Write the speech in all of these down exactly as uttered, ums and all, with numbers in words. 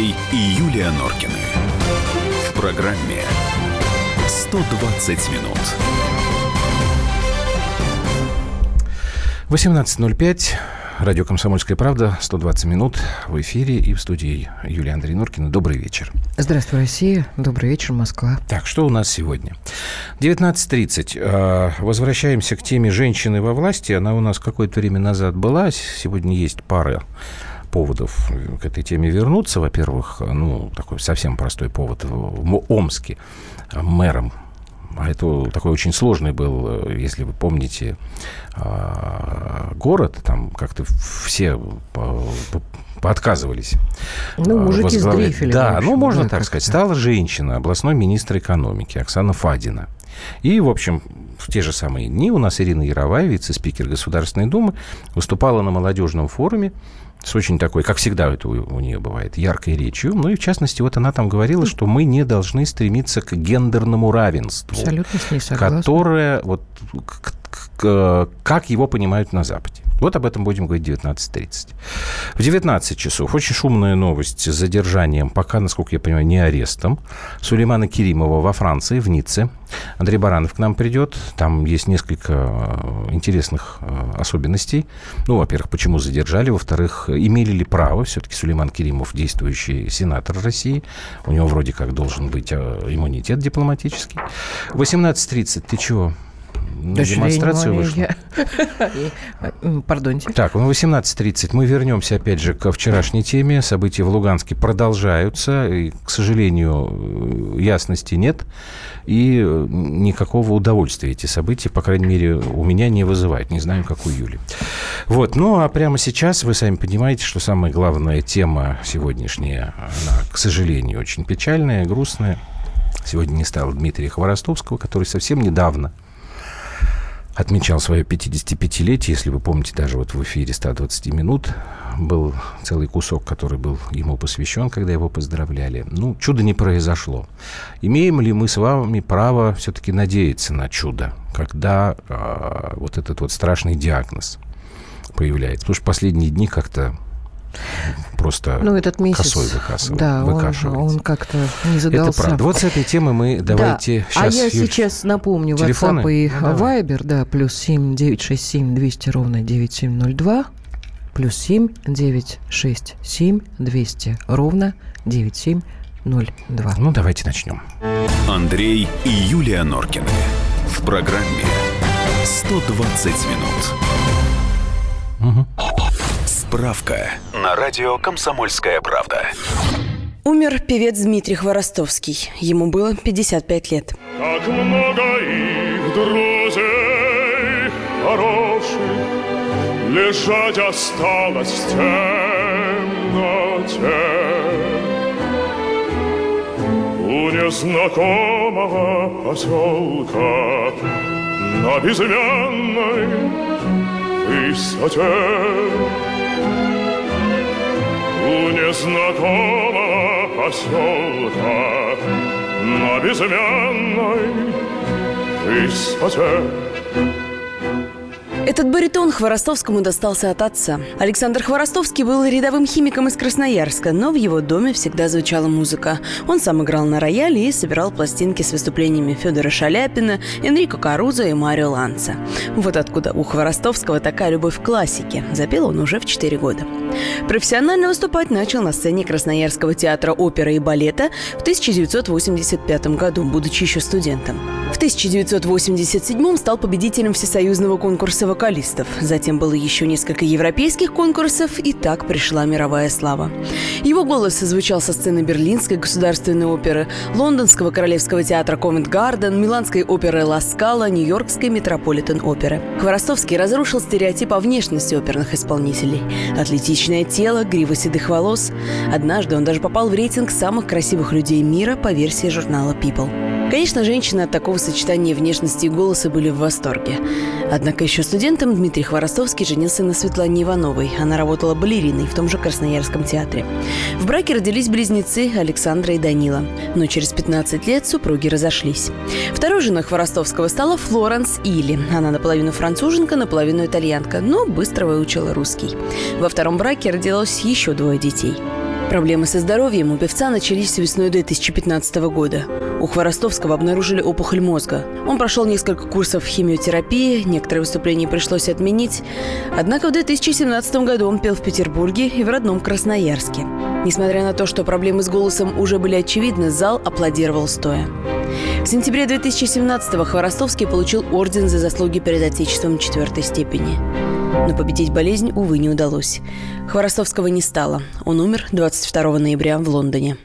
Андрей и Юлия Норкины. В программе сто двадцать минут. восемнадцать ноль пять. Радио «Комсомольская правда». сто двадцать минут в эфире и в студии Юлия Андрей Норкина. Добрый вечер. Здравствуй, Россия. Добрый вечер, Москва. Так, что у нас сегодня? девятнадцать тридцать. Возвращаемся к теме «Женщины во власти». Она у нас какое-то время назад была. Сегодня есть пара поводов к этой теме вернуться. Во-первых, ну, такой совсем простой повод в Омске мэром. А это такой очень сложный был, если вы помните, город. Там как-то все поотказывались. Ну, мужики сдрейфили. Да, общем, ну, можно да, так сказать. Стала женщина, областной министр экономики Оксана Фадина. И, в общем, в те же самые дни у нас Ирина Яровая, вице-спикер Государственной Думы, выступала на молодежном форуме с очень такой, как всегда это у, у нее бывает, яркой речью. Ну и, в частности, вот она там говорила, что мы не должны стремиться к гендерному равенству. Абсолютно с ней согласна. Которое, вот, к, к, к, как его понимают на Западе. Вот об этом будем говорить в девятнадцать тридцать. В девятнадцать часов очень шумная новость с задержанием, пока, насколько я понимаю, не арестом, Сулеймана Керимова во Франции, в Ницце. Андрей Баранов к нам придет. Там есть несколько интересных особенностей. Ну, во-первых, почему задержали. Во-вторых, имели ли право все-таки Сулейман Керимов, действующий сенатор России. У него вроде как должен быть иммунитет дипломатический. В восемнадцать тридцать ты чего? На демонстрацию вышла. Пардоньте. Так, в восемнадцать тридцать мы вернемся опять же ко вчерашней теме. События в Луганске продолжаются. И, к сожалению, ясности нет. И никакого удовольствия эти события, по крайней мере, у меня не вызывают. Не знаю, как у Юли. Вот. Ну, а прямо сейчас вы сами понимаете, что самая главная тема сегодняшняя, она, к сожалению, очень печальная, грустная. Сегодня не стало Дмитрия Хворостовского, который совсем недавно отмечал свое пятидесятипятилетие. Если вы помните, даже вот в эфире ста двадцати минут был целый кусок, который был ему посвящен, когда его поздравляли. Ну, чудо не произошло. Имеем ли мы с вами право все-таки надеяться на чудо, когда э, вот этот вот страшный диагноз появляется? Потому что последние дни как-то просто ну, этот месяц, косой выкасывает, да, выкашивается. Он, он как-то не задался. Это правда. Вот с этой темы мы давайте да. сейчас... А я Юль... сейчас напомню, телефоны? WhatsApp и ну, Viber, да, плюс семь девятьсот шестьдесят семь двести ровно девяносто семь ноль два, плюс семь девятьсот шестьдесят семь двести ровно девяносто семь ноль два. Ну, давайте начнем. Андрей и Юлия Норкины. В программе сто двадцать минут. Угу. Справка на радио «Комсомольская правда». Умер певец Дмитрий Хворостовский. Ему было пятьдесят пять лет. Как много их друзей хороших лежать осталось в темноте. У незнакомого поселка на безымянной высоте. У незнакомого поселка на безымянной высоте. Этот баритон Хворостовскому достался от отца. Александр Хворостовский был рядовым химиком из Красноярска, но в его доме всегда звучала музыка. Он сам играл на рояле и собирал пластинки с выступлениями Федора Шаляпина, Энрико Карузо и Марио Ланца. Вот откуда у Хворостовского такая любовь к классике. Запел он уже в четыре года. Профессионально выступать начал на сцене Красноярского театра оперы и балета в тысяча девятьсот восемьдесят пятом году, будучи еще студентом. В тысяча девятьсот восемьдесят седьмом стал победителем всесоюзного конкурса вокалистов. Затем было еще несколько европейских конкурсов, и так пришла мировая слава. Его голос звучал со сцены Берлинской государственной оперы, Лондонского королевского театра Ковент-Гарден, Миланской оперы Ла Скала, Нью-Йоркской Метрополитен-оперы. Хворостовский разрушил стереотип о внешности оперных исполнителей. Атлетичное тело, грива седых волос. Однажды он даже попал в рейтинг самых красивых людей мира по версии журнала People. Конечно, женщины от такого сочетания внешности и голоса были в восторге. Однако еще студентом Дмитрий Хворостовский женился на Светлане Ивановой. Она работала балериной в том же Красноярском театре. В браке родились близнецы Александра и Данила. Но через пятнадцать лет супруги разошлись. Второй женой Хворостовского стала Флоренс Илли. Она наполовину француженка, наполовину итальянка, но быстро выучила русский. Во втором браке родилось еще двое детей. Проблемы со здоровьем у певца начались весной две тысячи пятнадцатого года. У Хворостовского обнаружили опухоль мозга. Он прошел несколько курсов химиотерапии, некоторые выступления пришлось отменить. Однако в две тысячи семнадцатом году он пел в Петербурге и в родном Красноярске. Несмотря на то, что проблемы с голосом уже были очевидны, зал аплодировал стоя. В сентябре две тысячи семнадцатого Хворостовский получил орден за заслуги перед Отечеством четвертой степени. Но победить болезнь, увы, не удалось. Хворостовского не стало. Он умер двадцать второго ноября в Лондоне.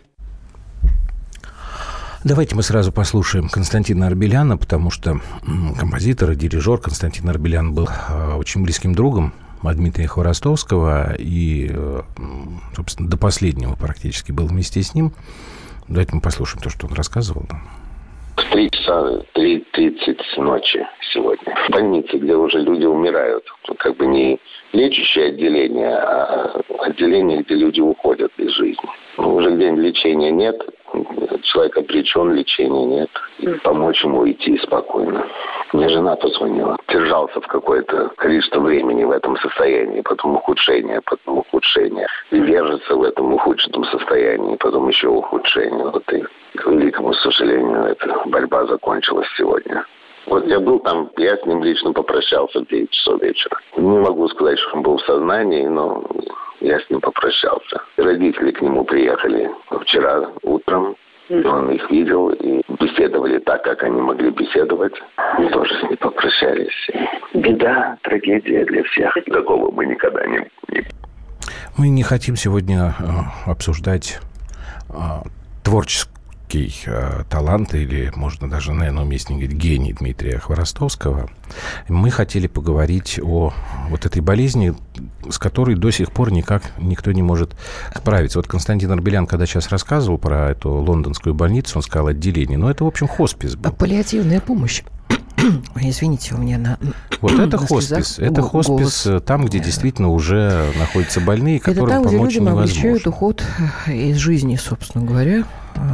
Давайте мы сразу послушаем Константина Арбеляна, потому что композитор и дирижер Константин Арбелян был очень близким другом Дмитрия Хворостовского и, собственно, до последнего практически был вместе с ним. Давайте мы послушаем то, что он рассказывал. В три часа три тридцать ночи сегодня. В больнице, где уже люди умирают. Как бы не лечащее отделение, а отделение, где люди уходят из жизни. Ну, уже где-нибудь лечения нет. Человек обречен, лечения нет. И помочь ему уйти спокойно. Мне жена позвонила. Держался в какое-то количество времени в этом состоянии. Потом ухудшение, потом ухудшение. И держится в этом ухудшенном состоянии. Потом еще ухудшение. Вот и, к великому сожалению, эта борьба закончилась сегодня. Вот я был там, я с ним лично попрощался в девять часов вечера. Не могу сказать, что он был в сознании, но я с ним попрощался. Родители к нему приехали вчера утром. Он их видел и беседовали так, как они могли беседовать. Мы тоже с ним попрощались. Беда, трагедия для всех. Такого мы никогда не... Мы не хотим сегодня обсуждать творческую талант, или можно даже, наверное, уместнее говорить, гений Дмитрия Хворостовского. Мы хотели поговорить о вот этой болезни, с которой до сих пор никак никто не может справиться. Вот Константин Арбелян, когда сейчас рассказывал про эту лондонскую больницу, он сказал отделение, но это, в общем, хоспис был. Паллиативная помощь. Извините, у меня на... Вот это хоспис. Это хоспис там, где действительно уже находятся больные, которым помочь невозможно. Это там, где людям облегчают уход из жизни, собственно говоря.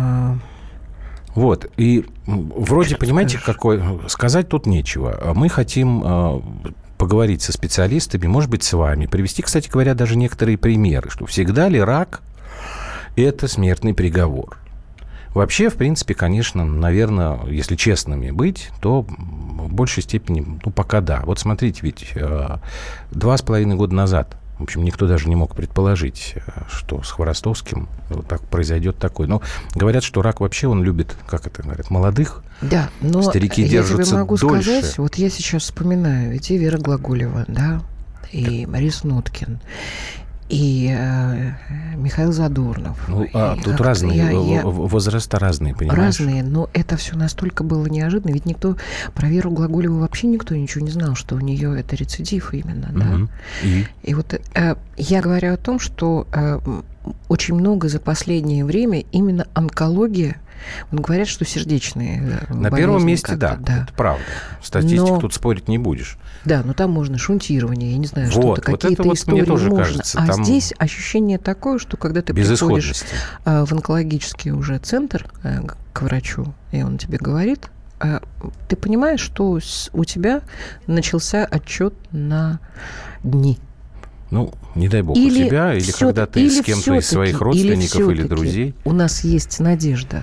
Вот. И вроде, понимаете, какой... Сказать тут нечего. Мы хотим поговорить со специалистами, может быть, с вами, привести, кстати говоря, даже некоторые примеры, что всегда ли рак – это смертный приговор. Вообще, в принципе, конечно, наверное, если честными быть, то в большей степени, ну, пока да. Вот смотрите, ведь э, два с половиной года назад, в общем, никто даже не мог предположить, что с Хворостовским вот так произойдет такое. Но говорят, что рак вообще он любит, как это говорят, молодых. Да, но старики я держатся тебе могу дольше. Сказать, вот я сейчас вспоминаю, ведь и Вера Глаголева, да, и Борис Ноткин, и э, Михаил Задорнов. Ну, а тут разные, я, я... возраста разные, понимаешь? Разные, но это все настолько было неожиданно, ведь никто про Веру Глаголеву вообще никто ничего не знал, что у нее это рецидив именно, да. Угу. И? И вот э, я говорю о том, что э, очень много за последнее время именно онкология. Вот говорят, что сердечные на первом месте, да, да, это правда. Статистику но, тут спорить не будешь. Да, но там можно шунтирование, я не знаю, вот, что-то, вот какие-то вот истории тоже можно. Кажется, а там здесь ощущение такое, что когда ты приходишь в онкологический уже центр к врачу, и он тебе говорит, ты понимаешь, что у тебя начался отчет на дни. Ну, не дай бог или у тебя, или когда ты или с кем-то из своих родственников или, или друззей. У нас есть надежда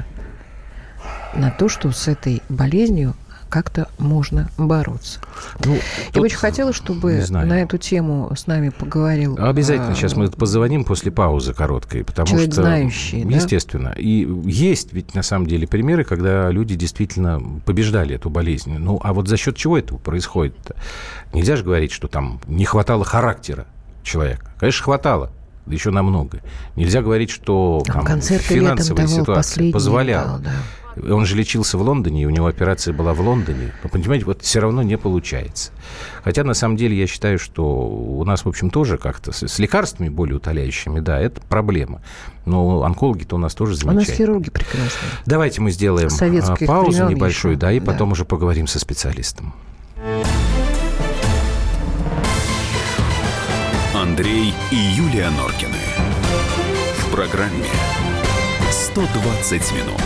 на то, что с этой болезнью как-то можно бороться. Ну, я очень хотела, чтобы на эту тему с нами поговорил... Обязательно. А, сейчас мы позвоним после паузы короткой, потому человек что... знающий, естественно. Да? И есть ведь на самом деле примеры, когда люди действительно побеждали эту болезнь. Ну, а вот за счет чего это происходит-то? Нельзя же говорить, что там не хватало характера человека. Конечно, хватало. Да еще намного. Нельзя говорить, что там, финансовая ситуация позволяла. Дал, да. Он же лечился в Лондоне, и у него операция была в Лондоне. Но, понимаете, вот все равно не получается. Хотя, на самом деле, я считаю, что у нас, в общем, тоже как-то с, с лекарствами болеутоляющими, да, это проблема. Но онкологи-то у нас тоже замечательные. У нас хирурги прекрасные. Давайте мы сделаем Советских паузу небольшую, еще. да, и да. потом уже поговорим со специалистом. Андрей и Юлия Норкины. В программе сто двадцать минут.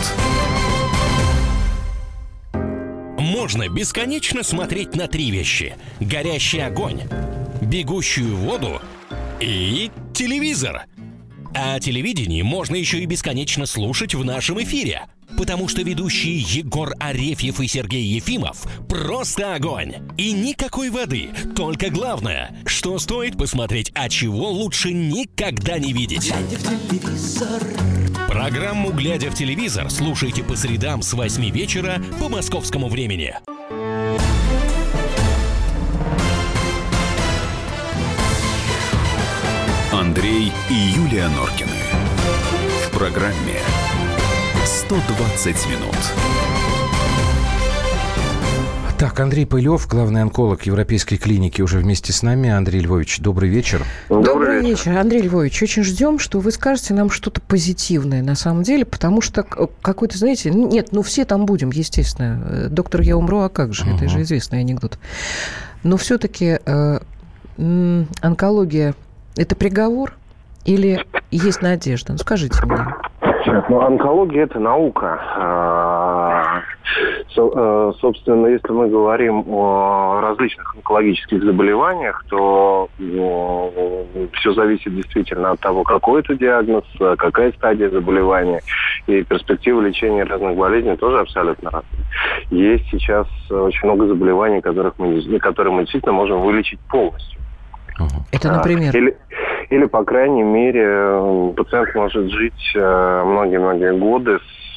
Можно бесконечно смотреть на три вещи: горящий огонь, бегущую воду и телевизор. А телевидение можно еще и бесконечно слушать в нашем эфире. Потому что ведущие Егор Арефьев и Сергей Ефимов просто огонь. И никакой воды, только главное, что стоит посмотреть, а чего лучше никогда не видеть. Программу «Глядя в телевизор» слушайте по средам с восьми вечера по московскому времени. Андрей и Юлия Норкины. В программе сто двадцать минут. Так, Андрей Пылев, главный онколог Европейской клиники, уже вместе с нами. Андрей Львович, добрый вечер. Добрый, добрый вечер. вечер. Андрей Львович, очень ждем, что вы скажете нам что-то позитивное на самом деле, потому что какой-то, знаете, нет, ну все там будем, естественно. Доктор, я умру, а как же? Uh-huh. Это же известный анекдот. Но все-таки э, онкология – это приговор или есть надежда? Ну, скажите мне. Ну, онкология – это наука. Собственно, если мы говорим о различных онкологических заболеваниях, то все зависит действительно от того, какой это диагноз, какая стадия заболевания. И перспективы лечения разных болезней тоже абсолютно разные. Есть сейчас очень много заболеваний, которых мы, которые мы действительно можем вылечить полностью. Это, например? Или, или, по крайней мере, пациент может жить многие-многие годы с,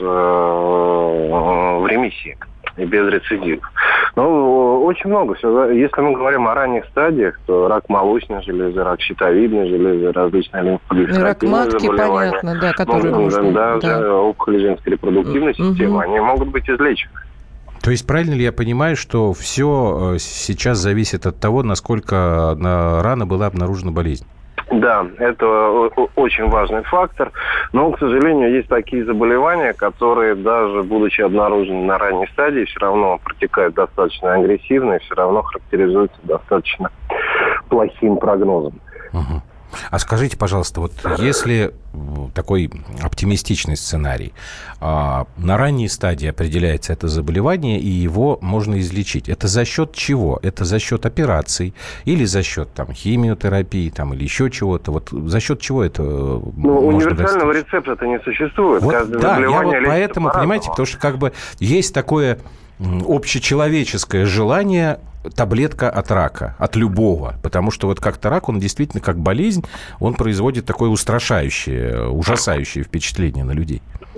в ремиссии и без рецидивов. Но очень много всего. Если мы говорим о ранних стадиях, то рак молочной железы, рак щитовидной железы, различные лимфоузловые рак матки, понятно, да, которые ну, можно... Да, да, да. Опухоли женской репродуктивной mm-hmm. системы, они могут быть излечены. То есть правильно ли я понимаю, что все сейчас зависит от того, насколько рано была обнаружена болезнь? Да, это очень важный фактор. Но, к сожалению, есть такие заболевания, которые, даже будучи обнаружены на ранней стадии, все равно протекают достаточно агрессивно и все равно характеризуются достаточно плохим прогнозом. Угу. А скажите, пожалуйста, вот если такой оптимистичный сценарий, на ранней стадии определяется это заболевание, и его можно излечить, это за счет чего? Это за счет операций или за счет там, химиотерапии там, или еще чего-то? Вот за счет чего это ну, можно универсального достичь? рецепта-то не существует. Вот, Каждое да, я вот поэтому, по-разному. понимаете, потому что как бы есть такое общечеловеческое желание таблетка от рака, от любого. Потому что вот как-то рак, он действительно как болезнь, он производит такое устрашающее, ужасающее впечатление на людей.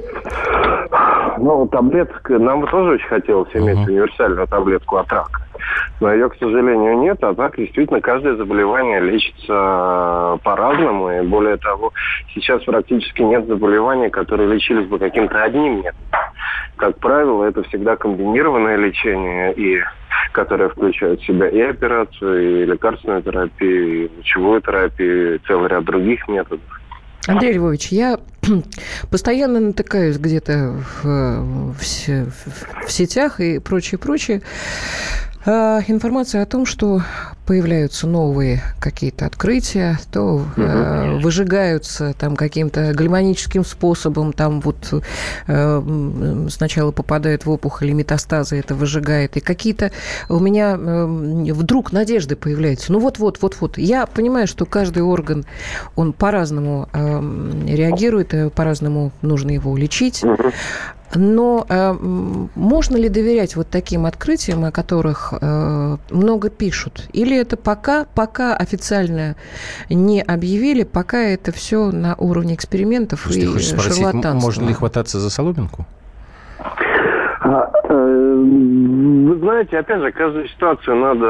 Ну, таблетка, нам бы тоже очень хотелось иметь uh-huh. универсальную таблетку от рака. Но ее, к сожалению, нет. А так, действительно, каждое заболевание лечится по-разному. И более того, сейчас практически нет заболеваний, которые лечились бы каким-то одним методом. Как правило, это всегда комбинированное лечение, и которое включает в себя и операцию, и лекарственную терапию, и лучевую терапию, и целый ряд других методов. Андрей Львович, я постоянно натыкаюсь где-то в, в, в сетях и прочее, прочее. Информация о том, что появляются новые какие-то открытия, то э, выжигаются там каким-то гальваническим способом, там вот э, сначала попадают в опухоль, и метастазы это выжигает, и какие-то у меня э, вдруг надежды появляются. Ну вот-вот, вот-вот. Я понимаю, что каждый орган, он по-разному э, реагирует, и по-разному нужно его лечить. Но э, можно ли доверять вот таким открытиям, о которых э, много пишут? Или это пока, пока официально не объявили, пока это все на уровне экспериментов? Слушайте, и шарлатанства? Можно ли хвататься за соломинку? А, э, вы знаете, опять же, каждую ситуацию надо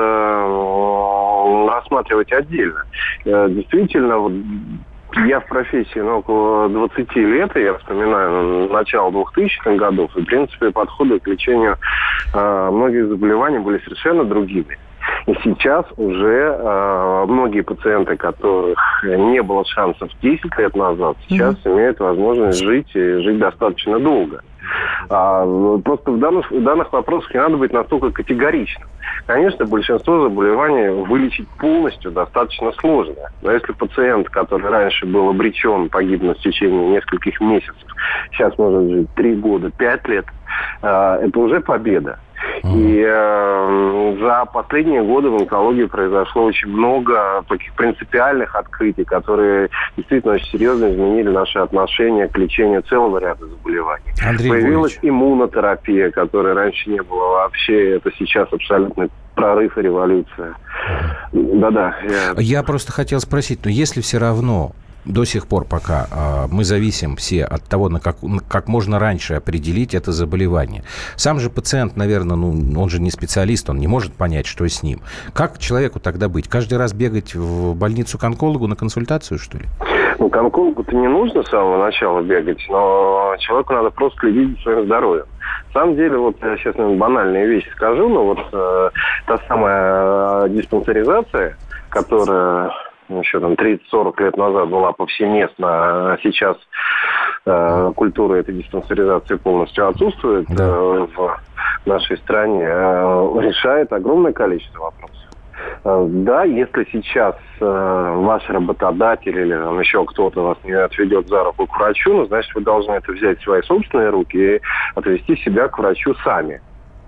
э, рассматривать отдельно. Э, действительно, вот, я в профессии ну, около двадцати лет, и я вспоминаю начало двухтысячных годов, и, в принципе, подходы к лечению э, многих заболеваний были совершенно другими. И сейчас уже э, многие пациенты, которых не было шансов десять лет назад, сейчас mm-hmm. имеют возможность жить и жить достаточно долго. А, просто в данных, в данных вопросах не надо быть настолько категоричным. Конечно, большинство заболеваний вылечить полностью достаточно сложно. Но если пациент, который раньше был обречен погибнуть в течение нескольких месяцев, сейчас может жить три года, пять лет, это уже победа. И э, за последние годы в онкологии произошло очень много таких принципиальных открытий, которые действительно очень серьезно изменили наши отношения к лечению целого ряда заболеваний. Андрей Появилась Львович. иммунотерапия, которой раньше не было вообще. Это сейчас абсолютный прорыв и революция. Да-да. Я... я просто хотел спросить, но если все равно до сих пор пока э, мы зависим все от того, на как, как можно раньше определить это заболевание. Сам же пациент, наверное, ну, он же не специалист, он не может понять, что с ним. Как человеку тогда быть? Каждый раз бегать в больницу к онкологу на консультацию, что ли? Ну, к онкологу-то не нужно с самого начала бегать, но человеку надо просто следить за своим здоровьем. На самом деле, вот я сейчас, наверное, банальные вещи скажу, но вот э, та самая диспансеризация, которая еще там тридцать-сорок лет назад была повсеместна, а сейчас э, культура этой диспансеризации полностью отсутствует, да. э, в нашей стране, э, решает огромное количество вопросов. Э, да, если сейчас э, ваш работодатель или там, еще кто-то вас не отведет за руку к врачу, ну, значит, вы должны это взять в свои собственные руки и отвести себя к врачу сами.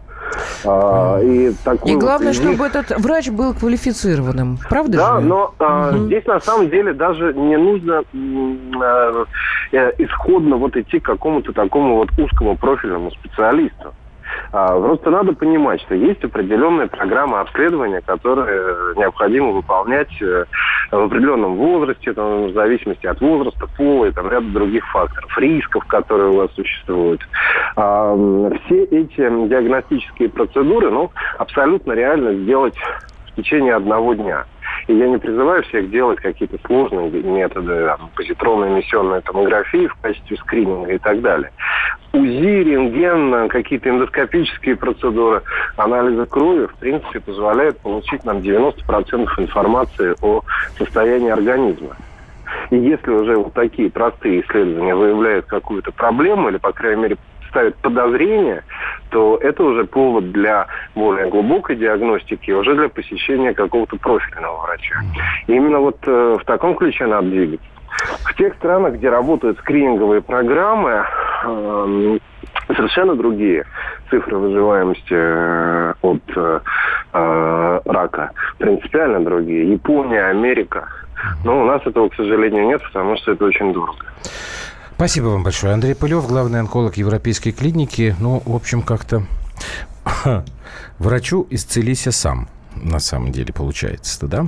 А, и, и главное, вот, чтобы этот врач был квалифицированным, правда да, же? Да, но а, угу. здесь на самом деле даже не нужно а, исходно вот идти к какому-то такому вот узкому профильному специалисту. А, просто надо понимать, что есть определенная программа обследования, которую необходимо выполнять в определенном возрасте, там, в зависимости от возраста, пола и там, ряда других факторов, рисков, которые у вас существуют. А, все эти диагностические процедуры, ну, абсолютно реально сделать в течение одного дня. И я не призываю всех делать какие-то сложные методы, там, позитронной эмиссионной томографии в качестве скрининга и так далее. УЗИ, рентген, какие-то эндоскопические процедуры, анализы крови, в принципе, позволяют получить нам девяносто процентов информации о состоянии организма. И если уже вот такие простые исследования выявляют какую-то проблему, или, по крайней мере, ставят подозрение, то это уже повод для более глубокой диагностики, уже для посещения какого-то профильного врача. И именно вот э, в таком ключе надо двигаться. В тех странах, где работают скрининговые программы, э, совершенно другие цифры выживаемости э, от э, э, рака, принципиально другие. Япония, Америка. Но у нас этого, к сожалению, нет, потому что это очень дорого. Спасибо вам большое. Андрей Пылев, главный онколог Европейской клиники. Ну, в общем, как-то врачу исцелися сам, на самом деле, получается-то, да?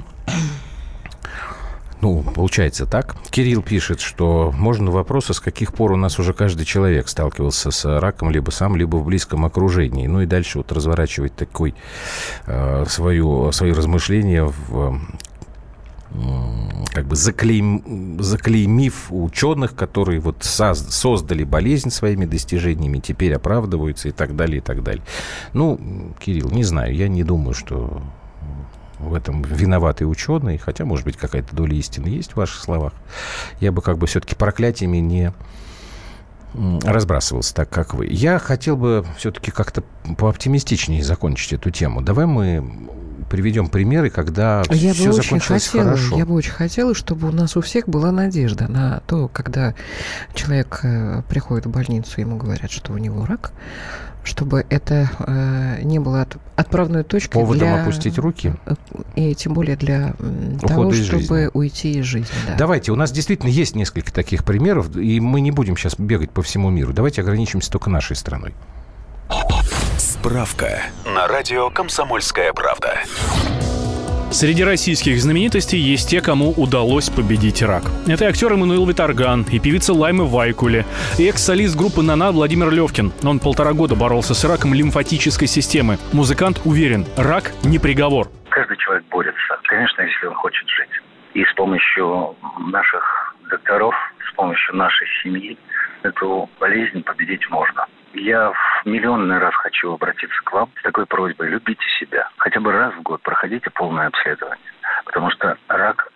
Ну, получается так. Кирилл пишет, что можно вопрос, а с каких пор у нас уже каждый человек сталкивался с раком либо сам, либо в близком окружении. Ну и дальше вот разворачивать такой э, свою, свои размышления в... как бы заклейм, заклеймив ученых, которые вот соз, создали болезнь своими достижениями, теперь оправдываются и так далее, и так далее. Ну, Кирилл, не знаю, я не думаю, что в этом виноваты ученые, хотя, может быть, какая-то доля истины есть в ваших словах. Я бы как бы все-таки проклятиями не разбрасывался так, как вы. Я хотел бы все-таки как-то пооптимистичнее закончить эту тему. Давай мы приведем примеры, когда я все бы закончилось очень хотела, хорошо. Я бы очень хотела, чтобы у нас у всех была надежда на то, когда человек э, приходит в больницу, ему говорят, что у него рак, чтобы это э, не было от, отправной точкой поводом для... опустить руки. И тем более для Ухода того, из чтобы жизни. уйти из жизни. Да. Давайте, у нас действительно есть несколько таких примеров, и мы не будем сейчас бегать по всему миру. Давайте ограничимся только нашей страной. Справка на радио «Комсомольская правда». Среди российских знаменитостей есть те, кому удалось победить рак. Это актер Эммануил Виторган и певица Лайма Вайкуле, и экс-солист группы «Нана» Владимир Левкин. Он полтора года боролся с раком лимфатической системы. Музыкант уверен, рак не приговор. Каждый человек борется, конечно, если он хочет жить. И с помощью наших докторов, с помощью нашей семьи эту болезнь победить можно. Я в миллионный раз хочу обратиться к вам с такой просьбой. Любите себя. Хотя бы раз в год проходите полное обследование. Потому что рак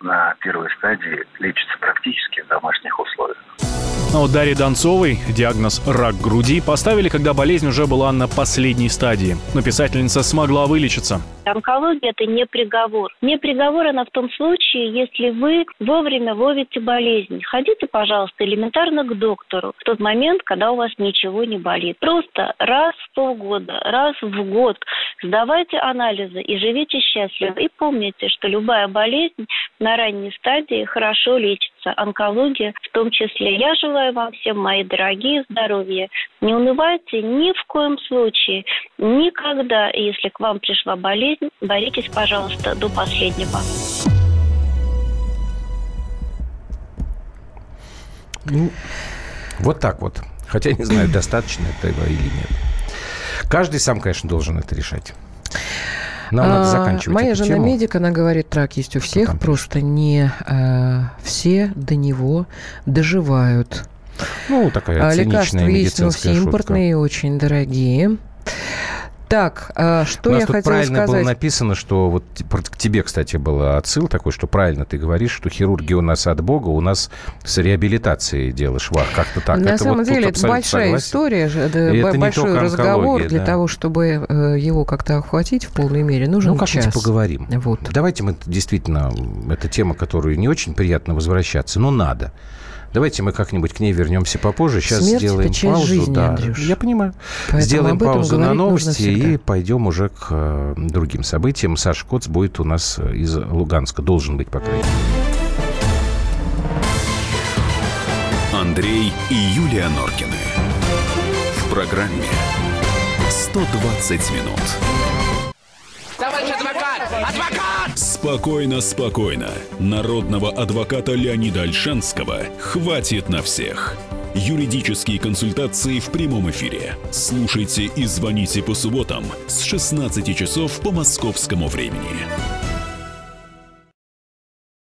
на первой стадии лечится практически в домашних условиях. А у Дарьи Донцовой диагноз «рак груди» поставили, когда болезнь уже была на последней стадии. Но писательница смогла вылечиться. Онкология – это не приговор. Не приговор она в том случае, если вы вовремя ловите болезнь. Ходите, пожалуйста, элементарно к доктору в тот момент, когда у вас ничего не болит. Просто раз в полгода, раз в год сдавайте анализы и живите счастливо. И помните, что любая болезнь на ранней стадии хорошо лечится. Онкология в том числе. Я желаю вам всем, мои дорогие, здоровья. Не унывайте ни в коем случае, никогда, если к вам пришла болезнь, боритесь, пожалуйста, до последнего. Ну, вот так вот. Хотя не знаю, достаточно этого или нет. Каждый сам, конечно, должен это решать. Нам надо заканчивать Моя эту жена тему. медик, она говорит, рак есть у всех, просто не а, все до него доживают. Ну, такая а, циничная лекарства есть, но все шутка. импортные, очень дорогие. Так, а что У нас я тут хотела правильно сказать? было написано, что вот к тебе, кстати, был отсыл такой, что правильно ты говоришь, что хирурги у нас от Бога, у нас с реабилитацией дело швах. Как-то так. На это самом вот деле, это большая согласен. история, И это большой разговор. Для да. того, чтобы его как-то охватить в полной мере, нужен ну, как-нибудь час. поговорим. Вот. Давайте мы действительно, это тема, которую не очень приятно возвращаться, но надо. Давайте мы как-нибудь к ней вернемся попозже. Сейчас Смерть сделаем – это часть паузу. жизни, да. Андрюш. Я понимаю. Поэтому Сделаем паузу на новости и пойдем уже к э, другим событиям. Саша Коц будет у нас из Луганска. Должен быть, по крайней мере. Андрей и Юлия Норкины. В программе сто двадцать минут. Товарищ адвокат! Адвокат! Спокойно, спокойно. Народного адвоката Леонида Ольшанского хватит на всех. Юридические консультации в прямом эфире. Слушайте и звоните по субботам с шестнадцати часов по московскому времени.